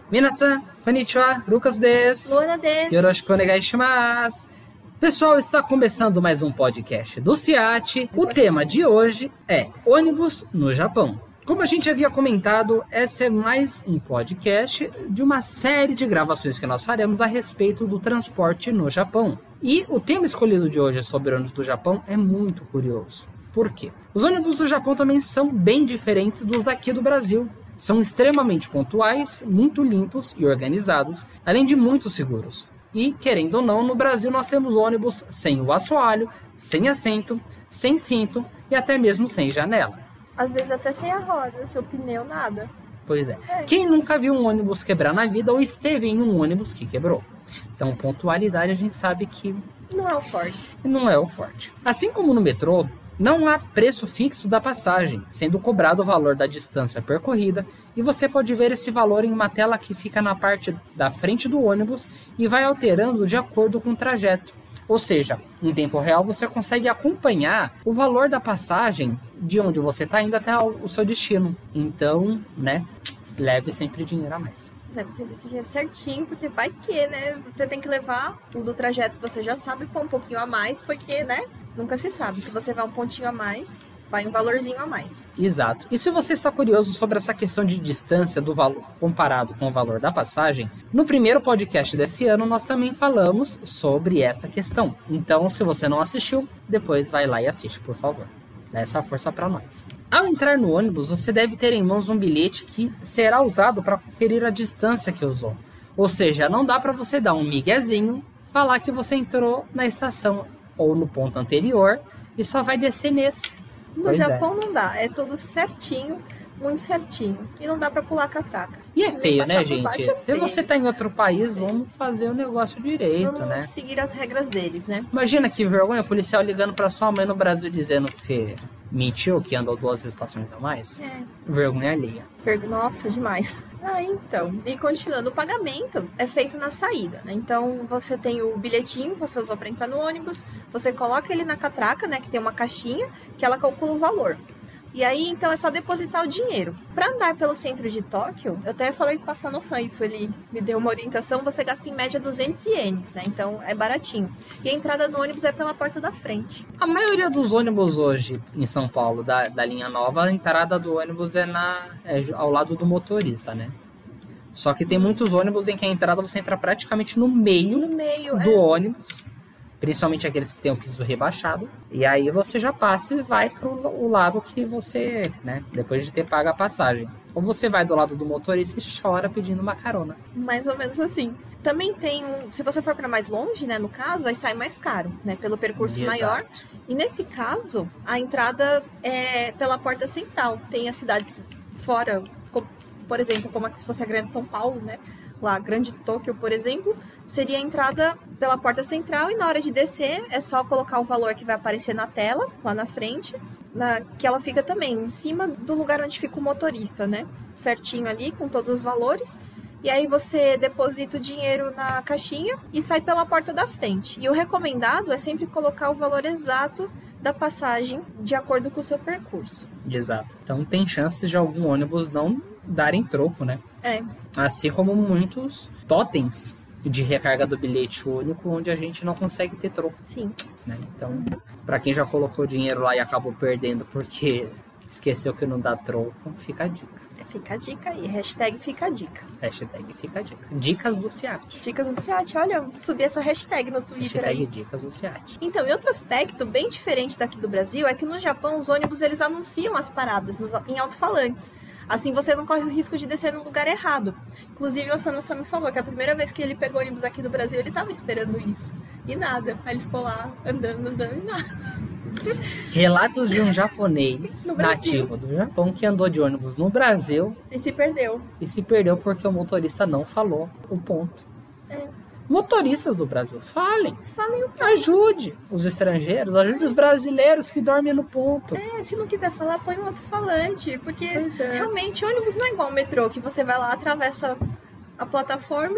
Minasan, konnichiwa, Lucas desu. Luana desu. Yoroshiku onegai shimasu. Pessoal, está começando mais um podcast do CIAT. O tema de hoje é ônibus no Japão. Como a gente havia comentado, esse é mais um podcast de uma série de gravações que nós faremos a respeito do transporte no Japão. E o tema escolhido de hoje sobre ônibus do Japão é muito curioso. Por quê? Os ônibus do Japão também são bem diferentes dos daqui do Brasil. São extremamente pontuais, muito limpos e organizados, além de muito seguros. E, querendo ou não, no Brasil nós temos ônibus sem o assoalho, sem assento, sem cinto e até mesmo sem janela. Às vezes até sem a roda, seu pneu, nada. Pois é. Quem nunca viu um ônibus quebrar na vida ou esteve em um ônibus que quebrou? Então, pontualidade a gente sabe que não é o forte. Não é o forte. Assim como no metrô, não há preço fixo da passagem, sendo cobrado o valor da distância percorrida, e você pode ver esse valor em uma tela que fica na parte da frente do ônibus e vai alterando de acordo com o trajeto. Ou seja, em tempo real você consegue acompanhar o valor da passagem de onde você está indo até o seu destino. Então, leve sempre dinheiro a mais. Deve ser esse dinheiro certinho, porque vai que, você tem que levar o do trajeto que você já sabe, pôr um pouquinho a mais, porque, nunca se sabe. Se você vai um pontinho a mais, vai um valorzinho a mais. Exato. E se você está curioso sobre essa questão de distância do valor comparado com o valor da passagem, no primeiro podcast desse ano nós também falamos sobre essa questão. Então, se você não assistiu, depois vai lá e assiste, por favor. Dá essa força para nós. Ao entrar no ônibus, você deve ter em mãos um bilhete que será usado para conferir a distância que usou. Ou seja, não dá para você dar um miguezinho, falar que você entrou na estação ou no ponto anterior e só vai descer nesse. No Japão não dá, é tudo certinho, muito certinho. E não dá pra pular catraca. E é feio, né, gente? Se você tá em outro país, vamos fazer o negócio direito, vamos seguir as regras deles, né? Imagina que vergonha, o policial ligando pra sua mãe no Brasil dizendo que você mentiu, que andou 2 estações a mais. Vergonha alheia. Nossa, demais. Então, e continuando, o pagamento é feito na saída, né? Então, você tem o bilhetinho que você usou para entrar no ônibus, você coloca ele na catraca, né, que tem uma caixinha, que ela calcula o valor. E aí, então, é só depositar o dinheiro. Para andar pelo centro de Tóquio, eu até falei com o Asano-san isso, ele me deu uma orientação, você gasta em média 200 ienes, né? Então, é baratinho. E a entrada no ônibus é pela porta da frente. A maioria dos ônibus hoje, em São Paulo, da linha nova, a entrada do ônibus é ao lado do motorista, né? Só que tem muitos ônibus em que a entrada você entra praticamente no meio do ônibus. Principalmente aqueles que tem o piso rebaixado. E aí você já passa e vai pro lado que você, depois de ter pago a passagem. Ou você vai do lado do motorista e chora pedindo uma carona. Mais ou menos assim. Também tem se você for para mais longe, no caso, aí sai mais caro, pelo percurso maior. E nesse caso, a entrada é pela porta central. Tem as cidades fora, por exemplo, como se fosse a Grande São Paulo, lá, Grande Tóquio, por exemplo, seria a entrada pela porta central e na hora de descer é só colocar o valor que vai aparecer na tela, lá na frente, que ela fica também em cima do lugar onde fica o motorista, certinho ali, com todos os valores. E aí você deposita o dinheiro na caixinha e sai pela porta da frente. E o recomendado é sempre colocar o valor exato da passagem de acordo com o seu percurso. Exato. Então tem chances de algum ônibus não darem troco, Assim como muitos totens de recarga do bilhete único, onde a gente não consegue ter troco. Sim. Então, para quem já colocou dinheiro lá e acabou perdendo porque esqueceu que não dá troco, fica a dica. Fica a dica aí, hashtag fica a dica. Hashtag fica a dica. Dicas do CIAT. Dicas do CIAT, olha, eu subi essa hashtag no Twitter hashtag aí. Dicas do CIAT. Então, e outro aspecto bem diferente daqui do Brasil é que no Japão os ônibus eles anunciam as paradas em alto-falantes. Assim você não corre o risco de descer no lugar errado. Inclusive o Asano-san me falou que a primeira vez que ele pegou ônibus aqui do Brasil, ele tava esperando isso. E nada. Aí ele ficou lá andando e nada. Relatos de um japonês nativo do Japão que andou de ônibus no Brasil e se perdeu. E se perdeu porque o motorista não falou o ponto. Motoristas do Brasil, falem o ponto. Ajude os estrangeiros, ajude os brasileiros que dormem no ponto. Se não quiser falar, põe um alto-falante, porque realmente ônibus não é igual ao metrô, que você vai lá, atravessa a plataforma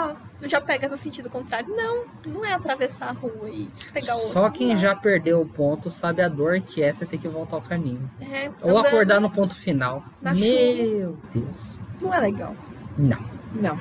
e já pega no sentido contrário. Não é atravessar a rua e pegar o outro. Só quem já perdeu o ponto sabe a dor que é você ter que voltar ao caminho. É, ou acordar no ponto final. Na Meu Deus. Não é legal. Não. Não.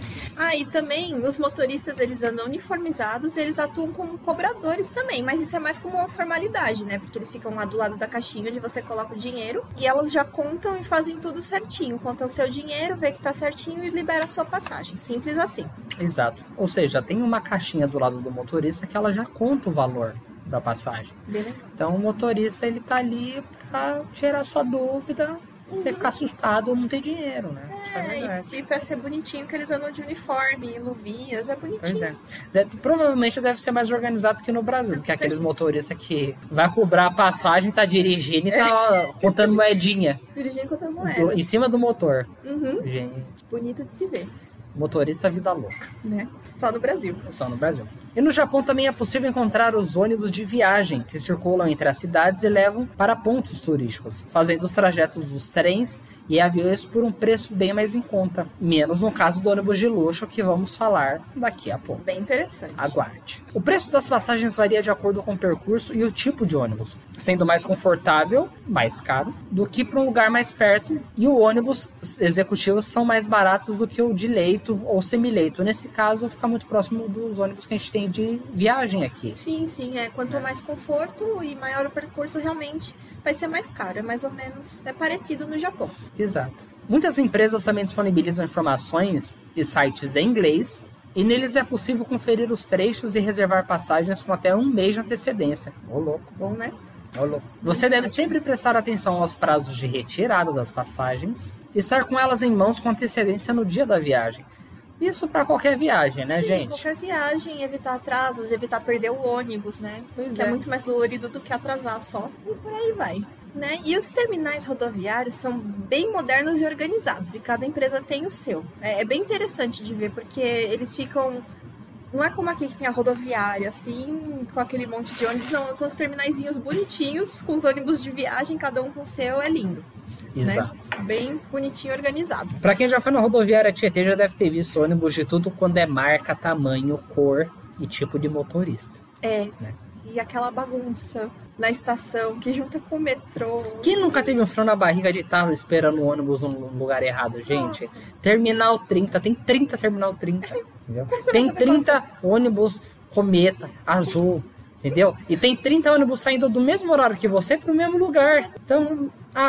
E também os motoristas, eles andam uniformizados, eles atuam como cobradores também, mas isso é mais como uma formalidade, né? Porque eles ficam lá do lado da caixinha onde você coloca o dinheiro e elas já contam e fazem tudo certinho. Contam o seu dinheiro, vê que tá certinho e libera a sua passagem. Simples assim. Exato. Ou seja, tem uma caixinha do lado do motorista que ela já conta o valor da passagem. Beleza. Então o motorista, ele tá ali pra tirar sua dúvida. Você ficar assustado ou não ter dinheiro, né? Isso é verdade. E pra ser bonitinho que eles andam de uniforme, luvinhas, é bonitinho. Pois é. Provavelmente deve ser mais organizado que no Brasil, do que aqueles motoristas que vai cobrar a passagem, tá dirigindo e tá contando moedinha. Dirigindo contando moeda. Em cima do motor. Gente. Bonito de se ver. Motorista vida louca. Né? Só no Brasil. Só no Brasil. E no Japão também é possível encontrar os ônibus de viagem que circulam entre as cidades e levam para pontos turísticos, fazendo os trajetos dos trens e aviões por um preço bem mais em conta. Menos no caso do ônibus de luxo, que vamos falar daqui a pouco. Bem interessante. Aguarde. O preço das passagens varia de acordo com o percurso e o tipo de ônibus, sendo mais confortável, mais caro, do que para um lugar mais perto, e o ônibus executivos são mais baratos do que o de leito ou semileito. Nesse caso, fica muito próximo dos ônibus que a gente tem de viagem aqui. Sim. Quanto mais conforto e maior o percurso, realmente vai ser mais caro. É mais ou menos, é parecido no Japão. Exato. Muitas empresas também disponibilizam informações e sites em inglês, e neles é possível conferir os trechos e reservar passagens com até um mês de antecedência. Ô louco. Bom, né? Ô louco. Você deve sempre prestar atenção aos prazos de retirada das passagens e estar com elas em mãos com antecedência no dia da viagem. Isso para qualquer viagem, né, Sim, gente? Qualquer viagem, evitar atrasos, evitar perder o ônibus, né? Pois que é muito mais dolorido do que atrasar só. E por aí vai. Né? E os terminais rodoviários são bem modernos e organizados, e cada empresa tem o seu. É bem interessante de ver, porque eles ficam... Não é como aqui que tem a rodoviária, assim, com aquele monte de ônibus. Não, são os terminaizinhos bonitinhos, com os ônibus de viagem, cada um com o seu, é lindo. Exato. Né? Bem bonitinho e organizado. Pra quem já foi na rodoviária Tietê, já deve ter visto ônibus de tudo quando é marca, tamanho, cor e tipo de motorista. Né? E aquela bagunça na estação que junta com o metrô. Quem nunca teve um frio na barriga de estar esperando o ônibus no lugar errado, gente? Nossa. Terminal 30, tem 30 terminal 30, entendeu? Tem 30 ônibus cometa, azul, entendeu? E tem 30 ônibus saindo do mesmo horário que você pro mesmo lugar. Então,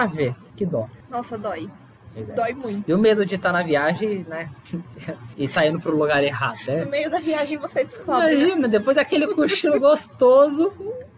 que dó. Nossa, dói. Dói muito. E o medo de estar na viagem, né? E tá indo pro lugar errado, né? No meio da viagem você descobre. Imagina, depois daquele cochilo gostoso,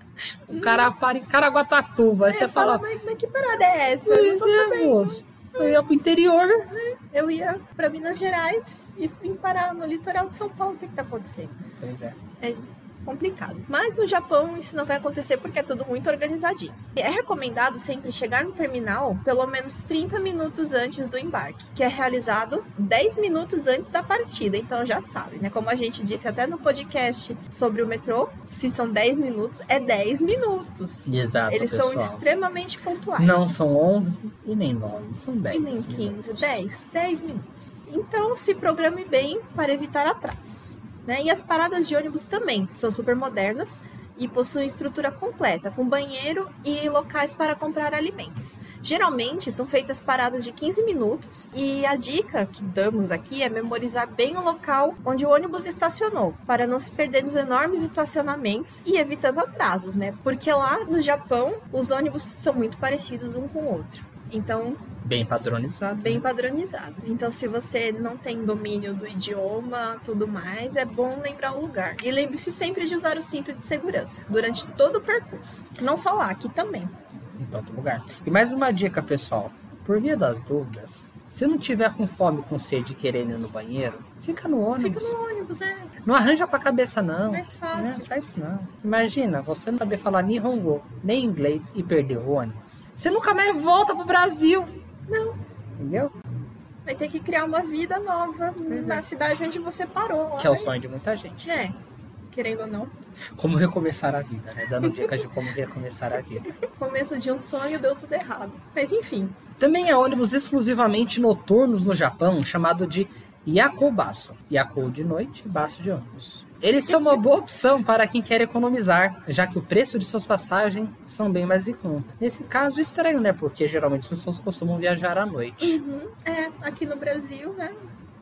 o cara para em Caraguatatuba. Aí você fala, mas que parada é essa? Eu não tô sabendo. Moço, eu ia pro interior. Eu ia pra Minas Gerais e vim parar no litoral de São Paulo. O que tá acontecendo? Pois é. É complicado. Mas no Japão isso não vai acontecer porque é tudo muito organizadinho. É recomendado sempre chegar no terminal pelo menos 30 minutos antes do embarque, que é realizado 10 minutos antes da partida. Então já sabe, né? Como a gente disse até no podcast sobre o metrô, se são 10 minutos, é 10 minutos. Exato, Eles pessoal. são extremamente pontuais. Não são 11 e nem 9, são 10 e nem 15, minutos. 10 minutos. Então se programe bem para evitar atrasos. Né? E as paradas de ônibus também são super modernas e possuem estrutura completa, com banheiro e locais para comprar alimentos. Geralmente são feitas paradas de 15 minutos e a dica que damos aqui é memorizar bem o local onde o ônibus estacionou, para não se perder nos enormes estacionamentos e evitando atrasos, né? Porque lá no Japão os ônibus são muito parecidos um com o outro. Então, bem padronizado. Bem padronizado. Então, se você não tem domínio do idioma, tudo mais, é bom lembrar o lugar. E lembre-se sempre de usar o cinto de segurança durante todo o percurso. Não só lá, aqui também. Em todo lugar. E mais uma dica, pessoal. Por via das dúvidas, se não tiver com fome, com sede e querendo ir no banheiro, fica no ônibus. Fica no ônibus, Não arranja pra cabeça, não. Mais fácil. Não faz isso, não. Imagina, você não saber falar Nihongo, nem inglês e perder o ônibus. Você nunca mais volta pro Brasil. Não. Entendeu? Vai ter que criar uma vida nova na cidade onde você parou. Que é o sonho de muita gente. Querendo ou não. Como recomeçar a vida, né? Dando dicas de como recomeçar a vida. Começo de um sonho deu tudo errado. Mas enfim. Também há ônibus exclusivamente noturnos no Japão, chamado de Yakobasu. Yakou de noite, baço de ônibus. Eles são uma boa opção para quem quer economizar, já que o preço de suas passagens são bem mais em conta. Nesse caso, estranho, né? Porque geralmente as pessoas costumam viajar à noite. Aqui no Brasil, né?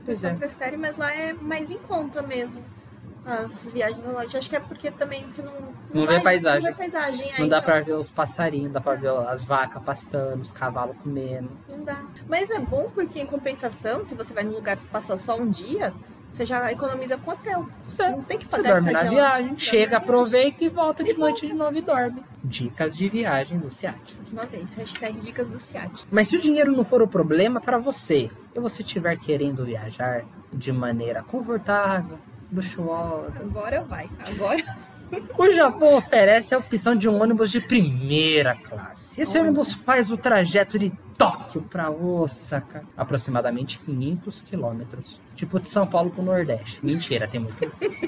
O pessoal prefere, mas lá é mais em conta mesmo. As viagens ao norte. Acho que é porque também você não vê paisagem. Não vê paisagem. Não dá pra ver os passarinhos, dá pra ver as vacas pastando, os cavalos comendo. Não dá. Mas é bom porque, em compensação, se você vai num lugar que passa só um dia, você já economiza com hotel. Certo. Não tem que Você pagar dorme na viagem, chega, aproveita e volta de noite volta. de novo e dorme. Dicas de viagem do SEAT. Mais uma vez, hashtag dicas do SEAT. Mas se o dinheiro não for o problema para você, e você estiver querendo viajar de maneira confortável, luxuosa, Agora vai. Agora. o Japão oferece a opção de um ônibus de primeira classe. Esse ônibus faz o trajeto de Tóquio para Osaka, aproximadamente 500 quilômetros. Tipo de São Paulo para o Nordeste. Mentira, tem muito mais.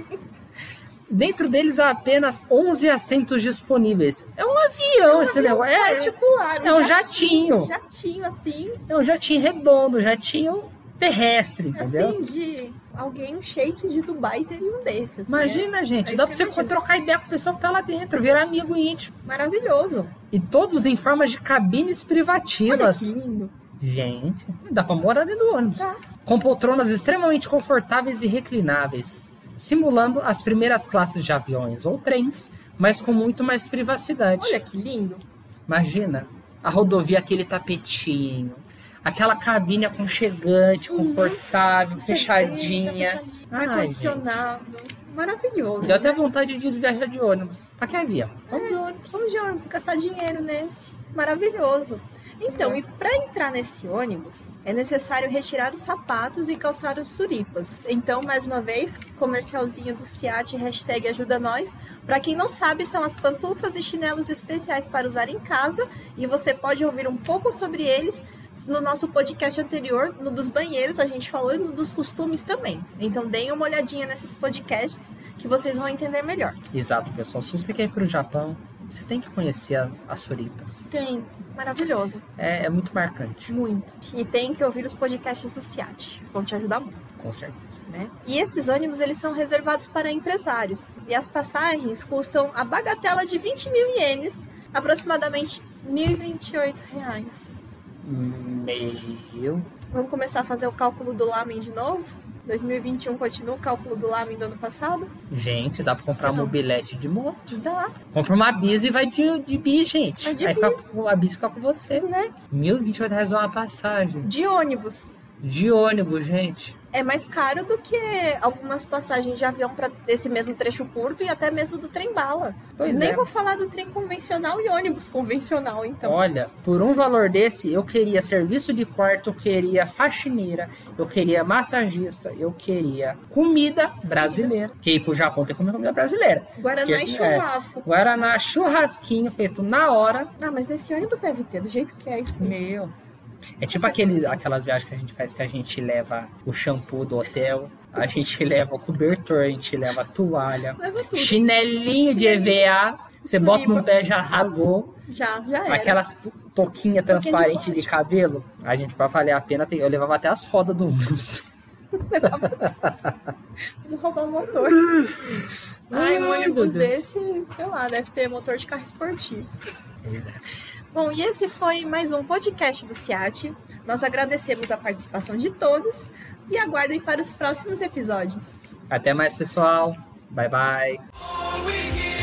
Dentro deles há apenas 11 assentos disponíveis. É um avião esse negócio. Particular. É um jatinho. Jatinho, assim. É um jatinho redondo, jatinho terrestre, entendeu? Assim, de alguém, um shake de Dubai teria um desses. Imagina, gente. É Dá isso pra que eu você imagino. trocar ideia com o pessoal que tá lá dentro, virar amigo íntimo. Maravilhoso. E todos em formas de cabines Olha privativas. que lindo. Gente, dá pra morar dentro do ônibus. Tá. Com poltronas extremamente confortáveis e reclináveis, simulando as primeiras classes de aviões ou trens, mas com muito mais privacidade. Olha que lindo. Imagina, a rodovia, aquele tapetinho, aquela cabine aconchegante, confortável, fechadinha. Ai, Ar-condicionado. Maravilhoso. deu até vontade de viajar de ônibus. Pra que avião? Vamos de ônibus. Vamos de ônibus, gastar dinheiro nesse. Maravilhoso. Então, e para entrar nesse ônibus, é necessário retirar os sapatos e calçar os suripas. Então, mais uma vez, comercialzinho do SEAT, hashtag ajuda nós. Para quem não sabe, são as pantufas e chinelos especiais para usar em casa. E você pode ouvir um pouco sobre eles no nosso podcast anterior, no dos banheiros, a gente falou, e no dos costumes também. Então, deem uma olhadinha nesses podcasts que vocês vão entender melhor. Exato, pessoal. Se você quer ir pro Japão, você tem que conhecer as suripas. Tem. Maravilhoso. É muito marcante, Muito. E tem que ouvir os podcasts do SEAT. Vão te ajudar muito. com certeza. Né? E esses ônibus, eles são reservados para empresários. E as passagens custam a bagatela de 20 mil ienes, aproximadamente R$1.028. Meio. Vamos começar a fazer o cálculo do lamen de novo? 2021 continua o cálculo do lamen do ano passado? Gente, dá pra comprar um mobilete de moto. Dá, Compra uma bis e vai de bis, gente. Vai de Aí bis. a bis fica com você. né? R$1.028 é uma passagem. De ônibus. De ônibus, gente. É mais caro do que algumas passagens de avião para esse mesmo trecho curto e até mesmo do trem-bala. Pois Nem é. vou falar do trem convencional e ônibus convencional, então. Olha, por um valor desse, eu queria serviço de quarto, eu queria faxineira, eu queria massagista, eu queria comida brasileira. Porque ir pro Japão tem que comer comida brasileira. Guaraná Porque, e churrasco. Guaraná, churrasquinho feito na hora. Ah, mas nesse ônibus deve ter, do jeito que é isso. Meu. É tipo aquelas viagens que a gente faz que a gente leva o shampoo do hotel, a gente leva o cobertor, a gente leva a toalha, Leva tudo. chinelinho de EVA, você Suripa. bota no pé já rasgou, Já era. aquelas touquinha transparente de cabelo, a gente, pra valer a pena, eu levava até as rodas do ônibus. Vamos roubar o motor. Ai, um Ai, ônibus meu Deus. desse, sei lá, deve ter motor de carro esportivo. Exato. Bom, e esse foi mais um podcast do SEAT. Nós agradecemos a participação de todos e aguardem para os próximos episódios. Até mais, pessoal. Bye, bye. All we hear